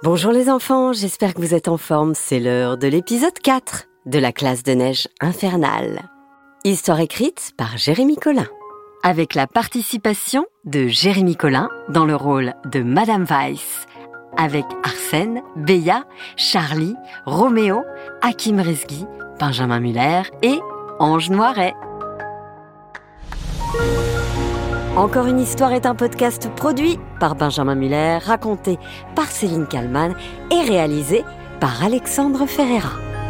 Bonjour les enfants, j'espère que vous êtes en forme. C'est l'heure de l'épisode 4 de la classe de neige infernale. Histoire écrite par Jérémy Collin. Avec la participation de Jérémy Collin dans le rôle de Madame Weiss. Avec Arsène, Béa, Charlie, Roméo, Hakim Rezghi, Benjamin Muller et Ange Noiret. Encore une histoire est un podcast produit par Benjamin Muller, raconté par Céline Kallmann et réalisé par Alexandre Ferreira.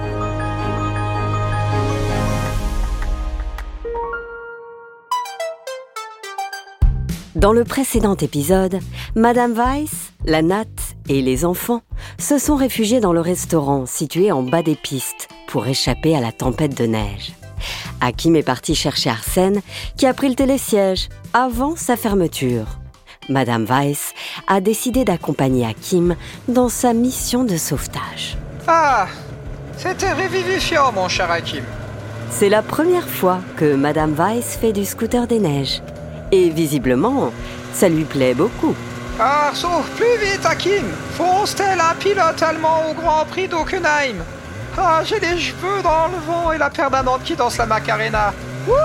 Dans le précédent épisode, Madame Weiss, la natte et les enfants se sont réfugiés dans le restaurant situé en bas des pistes pour échapper à la tempête de neige. Hakim est parti chercher Arsène, qui a pris le télésiège avant sa fermeture. Madame Weiss a décidé d'accompagner Hakim dans sa mission de sauvetage. Ah, c'était révivifiant, mon cher Hakim. C'est la première fois que Madame Weiss fait du scooter des neiges. Et visiblement, ça lui plaît beaucoup. Ah, sauf plus vite, Hakim. Fonce tel un pilote allemand au Grand Prix d'Hockenheim. Ah, j'ai les cheveux dans le vent et la permanente qui danse la Macarena.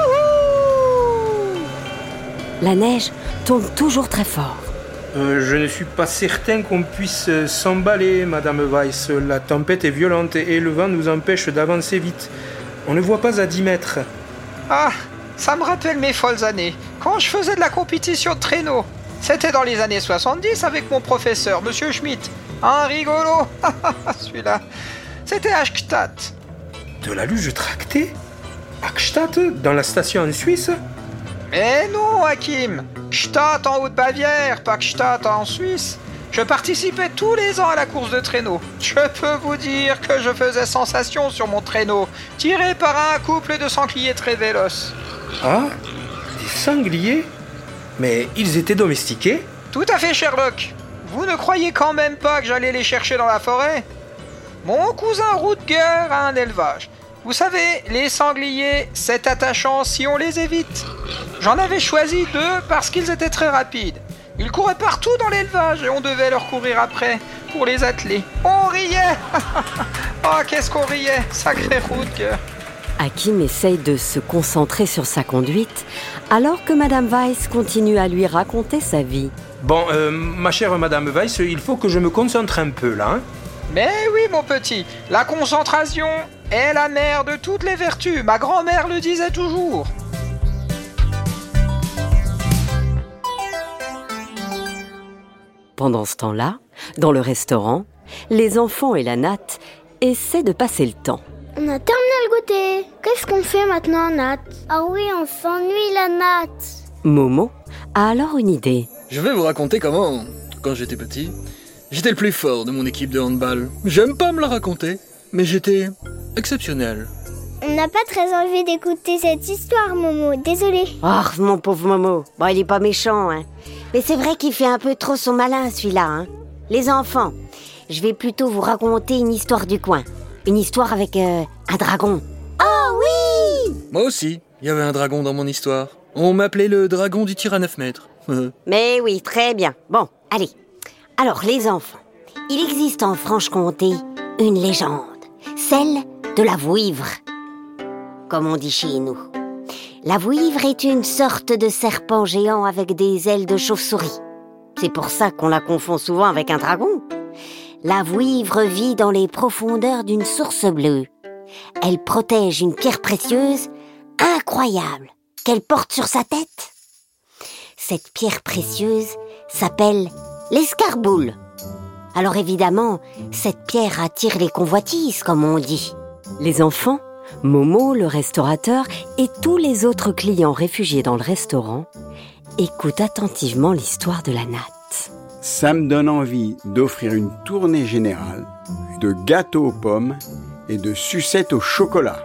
Wouhou! La neige tombe toujours très fort. Je ne suis pas certain qu'on puisse s'emballer, Madame Weiss. La tempête est violente et le vent nous empêche d'avancer vite. On ne voit pas à 10 mètres. Ah, ça me rappelle mes folles années, quand je faisais de la compétition de traîneau. C'était dans les années 70 avec mon professeur, Monsieur Schmitt. Un rigolo, celui-là. C'était à Gstaad. De la luge tractée? À Gstaad, dans la station en Suisse? Mais non, Hakim. Gstaad en Haute-Bavière, pas Gstaad en Suisse. Je participais tous les ans à la course de traîneau. Je peux vous dire que je faisais sensation sur mon traîneau, tiré par un couple de sangliers très véloces. Ah, des sangliers? Mais ils étaient domestiqués? Tout à fait, Sherlock. Vous ne croyez quand même pas que j'allais les chercher dans la forêt? Mon cousin Rutger a un élevage. Vous savez, les sangliers, c'est attachant si on les évite. J'en avais choisi 2 parce qu'ils étaient très rapides. Ils couraient partout dans l'élevage et on devait leur courir après pour les atteler. On riait. Oh, qu'est-ce qu'on riait, sacré Rutger. Hakim essaye de se concentrer sur sa conduite, alors que Madame Weiss continue à lui raconter sa vie. Bon, ma chère Madame Weiss, il faut que je me concentre un peu, là. Mais oui, mon petit, la concentration est la mère de toutes les vertus. Ma grand-mère le disait toujours. Pendant ce temps-là, dans le restaurant, les enfants et la natte essaient de passer le temps. On a terminé le goûter. Qu'est-ce qu'on fait maintenant, Nat? Ah oui, on s'ennuie, la Nat. Momo a alors une idée. Je vais vous raconter comment, quand j'étais petit, j'étais le plus fort de mon équipe de handball. J'aime pas me la raconter, mais j'étais exceptionnel. On n'a pas très envie d'écouter cette histoire, Momo. Désolé. Oh, mon pauvre Momo. Bon, il est pas méchant, hein. Mais c'est vrai qu'il fait un peu trop son malin, celui-là, hein. Les enfants, je vais plutôt vous raconter une histoire du coin. Une histoire avec un dragon. Oh oui! Moi aussi, il y avait un dragon dans mon histoire. On m'appelait le dragon du tir à 9 mètres. Mais oui, très bien. Bon, allez. Alors, les enfants, il existe en Franche-Comté une légende. Celle de la vouivre, comme on dit chez nous. La vouivre est une sorte de serpent géant avec des ailes de chauve-souris. C'est pour ça qu'on la confond souvent avec un dragon. La vouivre vit dans les profondeurs d'une source bleue. Elle protège une pierre précieuse incroyable qu'elle porte sur sa tête. Cette pierre précieuse s'appelle l'escarboule. Alors évidemment, cette pierre attire les convoitises, comme on dit. Les enfants, Momo, le restaurateur et tous les autres clients réfugiés dans le restaurant écoutent attentivement l'histoire de la natte. Ça me donne envie d'offrir une tournée générale de gâteaux aux pommes et de sucettes au chocolat.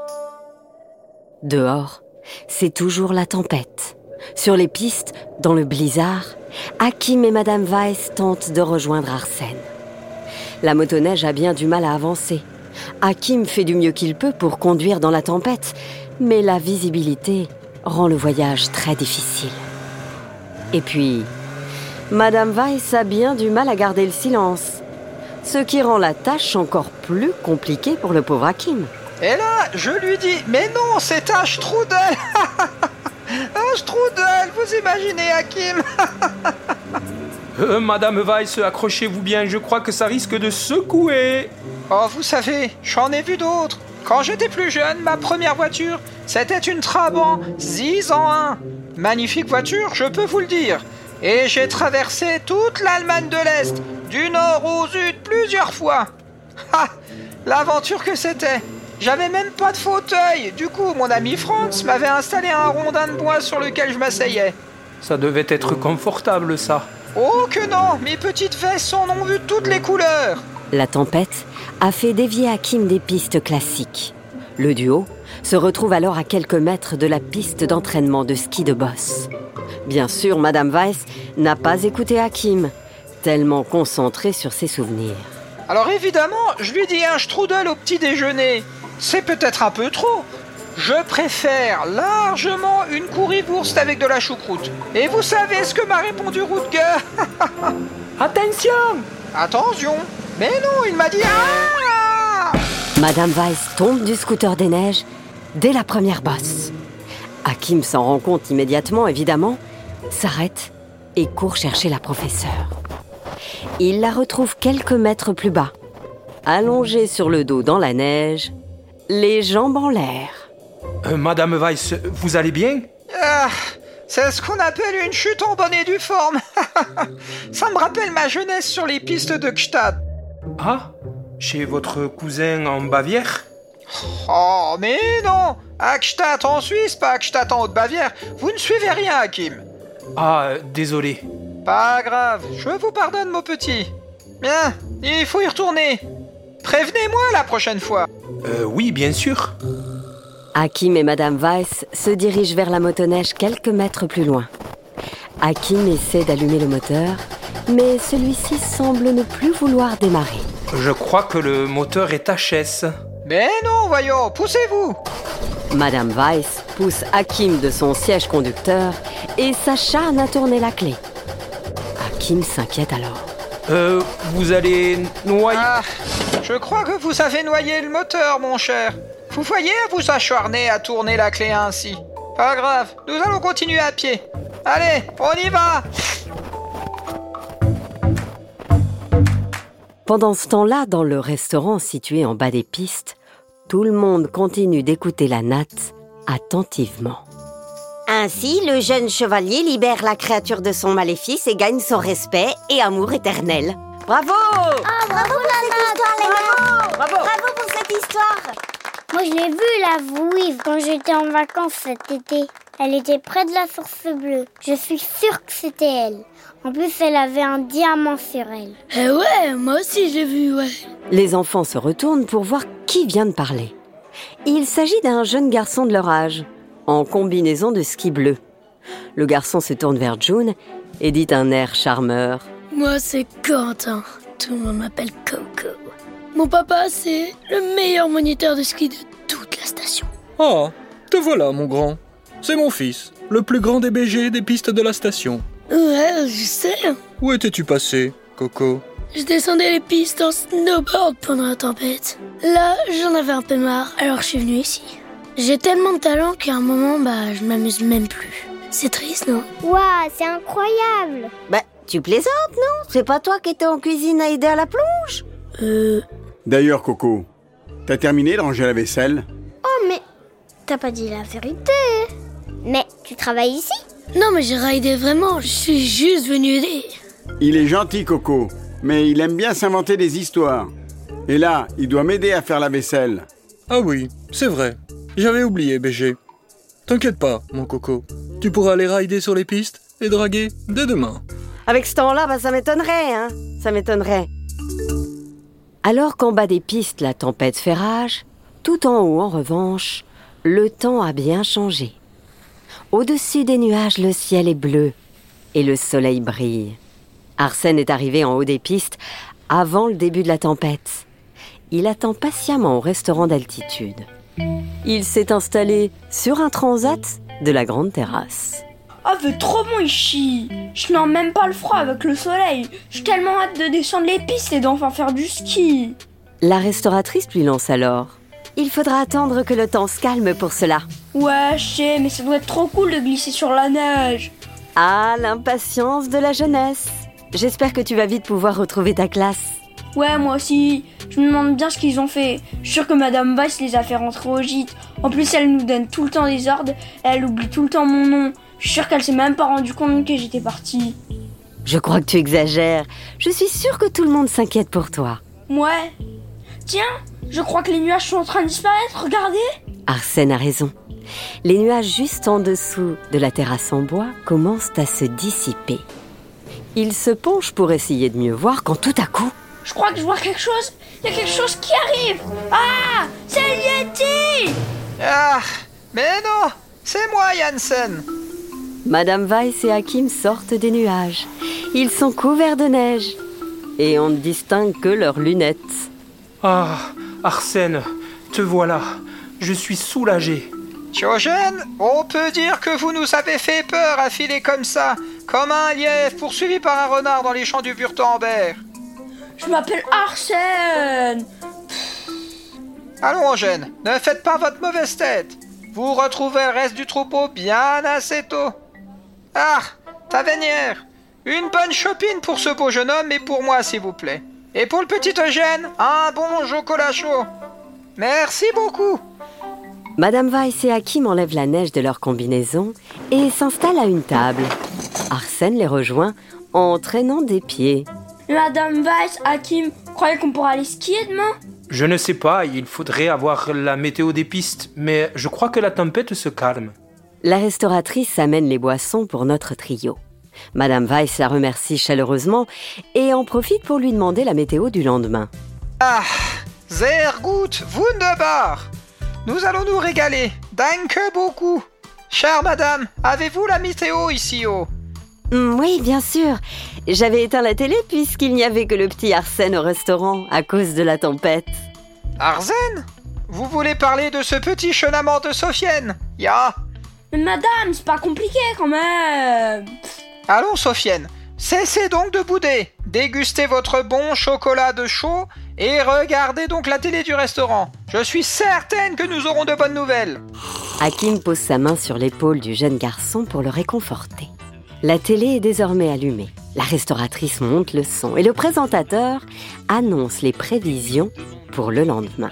Dehors, c'est toujours la tempête. Sur les pistes, dans le blizzard, Hakim et Madame Weiss tentent de rejoindre Arsène. La motoneige a bien du mal à avancer. Hakim fait du mieux qu'il peut pour conduire dans la tempête, mais la visibilité rend le voyage très difficile. Et puis, Madame Weiss a bien du mal à garder le silence. ce qui rend la tâche encore plus compliquée pour le pauvre Hakim. Et là, je lui dis, mais non, c'est un strudel. Un strudel, vous imaginez, Hakim? Madame Weiss, accrochez-vous bien, je crois que ça risque de secouer. Oh, vous savez, j'en ai vu d'autres. Quand j'étais plus jeune, ma première voiture, c'était une Trabant Ziz en 1. Magnifique voiture, je peux vous le dire. Et j'ai traversé toute l'Allemagne de l'Est, du nord au sud, plusieurs fois. Ha! L'aventure que c'était. J'avais même pas de fauteuil. Du coup, mon ami Franz m'avait installé un rondin de bois sur lequel je m'asseyais. Ça devait être confortable, ça. Oh que non, mes petites vestes en ont vu toutes les couleurs. La tempête a fait dévier Hakim des pistes classiques. Le duo se retrouve alors à quelques mètres de la piste d'entraînement de ski de boss. Bien sûr, Madame Weiss n'a pas écouté Hakim, tellement concentrée sur ses souvenirs. Alors évidemment, je lui dis un strudel au petit déjeuner. C'est peut-être un peu trop. Je préfère largement une currywurst avec de la choucroute. Et vous savez ce que m'a répondu Rutger? Attention! Attention! Mais non, il m'a dit ah! Madame Weiss tombe du scooter des neiges dès la première bosse. Hakim s'en rend compte immédiatement, évidemment, s'arrête et court chercher la professeure. Il la retrouve quelques mètres plus bas, allongée sur le dos dans la neige, les jambes en l'air. Madame Weiss, vous allez bien? Ah, c'est ce qu'on appelle une chute en bonne et due forme. Ça me rappelle ma jeunesse sur les pistes de Gstaad. Ah, chez votre cousin en Bavière? Oh, mais non! À Gstaad en Suisse, pas à Gstaad en Haute-Bavière. Vous ne suivez rien, Hakim. Ah, désolé. Pas grave, je vous pardonne, mon petit. Bien, il faut y retourner. Prévenez-moi la prochaine fois. Oui, bien sûr. Hakim et Madame Weiss se dirigent vers la motoneige quelques mètres plus loin. Hakim essaie d'allumer le moteur, mais celui-ci semble ne plus vouloir démarrer. Je crois que le moteur est HS. Mais non, voyons, poussez-vous. Madame Weiss pousse Hakim de son siège conducteur et s'acharne à tourner la clé. Hakim s'inquiète alors. Vous allez noyer... Ah, je crois que vous avez noyé le moteur, mon cher. Vous voyez à vous acharner à tourner la clé ainsi. Pas grave, nous allons continuer à pied. Allez, on y va. Pendant ce temps-là, dans le restaurant situé en bas des pistes, tout le monde continue d'écouter la natte attentivement. Ainsi, le jeune chevalier libère la créature de son maléfice et gagne son respect et amour éternel. Bravo! Ah, bravo la natte! Bravo pour cette histoire! Moi, je l'ai vue, la vouivre, quand j'étais en vacances cet été. Elle était près de la source bleue. Je suis sûre que c'était elle. En plus, elle avait un diamant sur elle. Eh ouais, moi aussi je l'ai vue, ouais. Les enfants se retournent pour voir qui vient de parler. Il s'agit d'un jeune garçon de leur âge, en combinaison de ski bleu. Le garçon se tourne vers June et dit d'un air charmeur. Moi c'est Quentin, tout le monde m'appelle Coco. Mon papa c'est le meilleur moniteur de ski de toute la station. Ah, te voilà mon grand. C'est mon fils, le plus grand des BG des pistes de la station. Ouais, je sais. Où étais-tu passé, Coco? Je descendais les pistes en snowboard pendant la tempête. Là, j'en avais un peu marre, alors je suis venue ici. J'ai tellement de talent qu'à un moment, je m'amuse même plus. C'est triste, non? Waouh, c'est incroyable! Tu plaisantes, non? C'est pas toi qui étais en cuisine à aider à la plonge? D'ailleurs, Coco, t'as terminé de ranger la vaisselle? Oh, mais t'as pas dit la vérité! Mais tu travailles ici? Non, mais j'ai raidé vraiment, je suis juste venue aider. Il est gentil, Coco, mais il aime bien s'inventer des histoires. Et là, il doit m'aider à faire la vaisselle. Ah oui, c'est vrai. J'avais oublié, BG. T'inquiète pas, mon Coco. Tu pourras aller rider sur les pistes et draguer dès demain. Avec ce temps-là, ça m'étonnerait, hein? Ça m'étonnerait. Alors qu'en bas des pistes, la tempête fait rage, tout en haut, en revanche, le temps a bien changé. Au-dessus des nuages, le ciel est bleu et le soleil brille. Arsène est arrivé en haut des pistes avant le début de la tempête. Il attend patiemment au restaurant d'altitude. Il s'est installé sur un transat de la grande terrasse. Ah, fait trop bon ici. Je n'en même pas le froid avec le soleil. J'ai tellement hâte de descendre les pistes et d'enfin faire du ski. La restauratrice lui lance alors. Il faudra attendre que le temps se calme pour cela. Ouais, je sais, mais ça doit être trop cool de glisser sur la neige. Ah, l'impatience de la jeunesse. J'espère que tu vas vite pouvoir retrouver ta classe. Ouais, moi aussi. Je me demande bien ce qu'ils ont fait. Je suis sûre que Madame Weiss les a fait rentrer au gîte. En plus, elle nous donne tout le temps des ordres. Elle oublie tout le temps mon nom. Je suis sûre qu'elle s'est même pas rendue compte que j'étais partie. Je crois que tu exagères. Je suis sûre que tout le monde s'inquiète pour toi. Ouais. Tiens, je crois que les nuages sont en train de disparaître, regardez. Arsène a raison. Les nuages juste en dessous de la terrasse en bois commencent à se dissiper. Il se penche pour essayer de mieux voir quand tout à coup... Je crois que je vois quelque chose. Il y a quelque chose qui arrive. Ah, c'est le Yeti. Ah, mais non, c'est moi, Janssen. Madame Weiss et Hakim sortent des nuages. Ils sont couverts de neige. Et on ne distingue que leurs lunettes. Ah, Arsène, te voilà. Je suis soulagé. Diogène, on peut dire que vous nous avez fait peur à filer comme ça, comme un lièvre poursuivi par un renard dans les champs du Wurtemberg. Je m'appelle Arsène. Allons, Eugène, ne faites pas votre mauvaise tête. Vous retrouverez le reste du troupeau bien assez tôt. Ah, Tavernière, une bonne chopine pour ce beau jeune homme et pour moi, s'il vous plaît. Et pour le petit Eugène, un bon chocolat chaud. Merci beaucoup. Madame Weiss et Hakim enlèvent la neige de leur combinaison et s'installent à une table. Arsène les rejoint en traînant des pieds. Madame Weiss, Hakim, croyez qu'on pourra aller skier demain? Je ne sais pas, il faudrait avoir la météo des pistes, mais je crois que la tempête se calme. La restauratrice amène les boissons pour notre trio. Madame Weiss la remercie chaleureusement et en profite pour lui demander la météo du lendemain. Ah, sehr gut, wunderbar. Nous allons nous régaler. Danke beaucoup. Chère madame, avez-vous la météo ici haut? Oui, bien sûr. J'avais éteint la télé puisqu'il n'y avait que le petit Arsène au restaurant à cause de la tempête. Arsène? Vous voulez parler de ce petit chenamant de Sophienne? Ya. Mais madame, c'est pas compliqué quand même. Allons, Sophienne, cessez donc de bouder. Dégustez votre bon chocolat de chaud et regardez donc la télé du restaurant. Je suis certaine que nous aurons de bonnes nouvelles. Hakim pose sa main sur l'épaule du jeune garçon pour le réconforter. La télé est désormais allumée. La restauratrice monte le son et le présentateur annonce les prévisions pour le lendemain.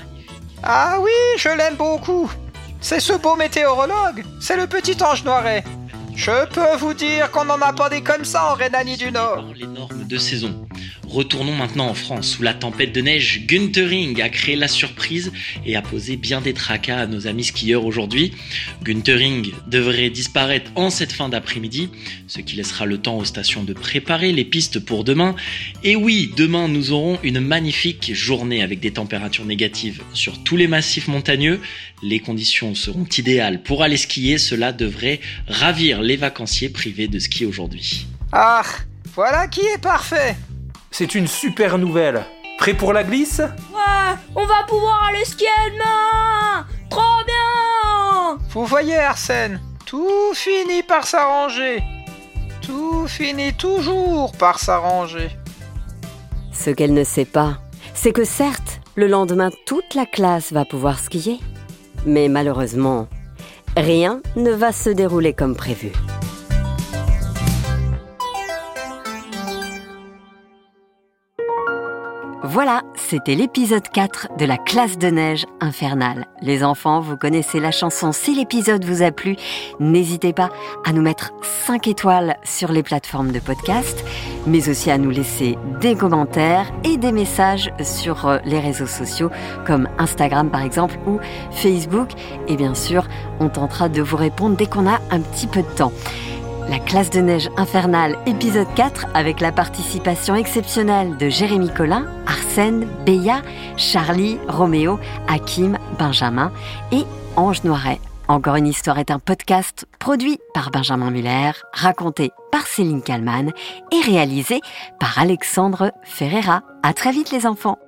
Ah oui, je l'aime beaucoup. C'est ce beau météorologue. C'est le petit Ange Noiret. Je peux vous dire qu'on n'en a pas des comme ça en Rhénanie du Nord. Les normes de saison. Retournons maintenant en France, où la tempête de neige Günthering a créé la surprise et a posé bien des tracas à nos amis skieurs aujourd'hui. Günthering devrait disparaître en cette fin d'après-midi, ce qui laissera le temps aux stations de préparer les pistes pour demain. Et oui, demain nous aurons une magnifique journée avec des températures négatives sur tous les massifs montagneux. Les conditions seront idéales pour aller skier, cela devrait ravir les vacanciers privés de ski aujourd'hui. Ah, voilà qui est parfait. C'est une super nouvelle. Prêt pour la glisse? Ouais, on va pouvoir aller skier demain. Trop bien. Vous voyez Arsène, tout finit par s'arranger. Tout finit toujours par s'arranger. Ce qu'elle ne sait pas, c'est que certes, le lendemain, toute la classe va pouvoir skier. Mais malheureusement, rien ne va se dérouler comme prévu. Voilà, c'était l'épisode 4 de la classe de neige infernale. Les enfants, vous connaissez la chanson. Si l'épisode vous a plu, n'hésitez pas à nous mettre 5 étoiles sur les plateformes de podcast, mais aussi à nous laisser des commentaires et des messages sur les réseaux sociaux comme Instagram par exemple ou Facebook. Et bien sûr, on tentera de vous répondre dès qu'on a un petit peu de temps. La classe de neige infernale, épisode 4, avec la participation exceptionnelle de Jérémy Collin, Arsène, Béa, Charlie, Roméo, Hakim, Benjamin et Ange Noiret. Encore une histoire est un podcast produit par Benjamin Muller, raconté par Céline Kallmann et réalisé par Alexandre Ferreira. À très vite les enfants.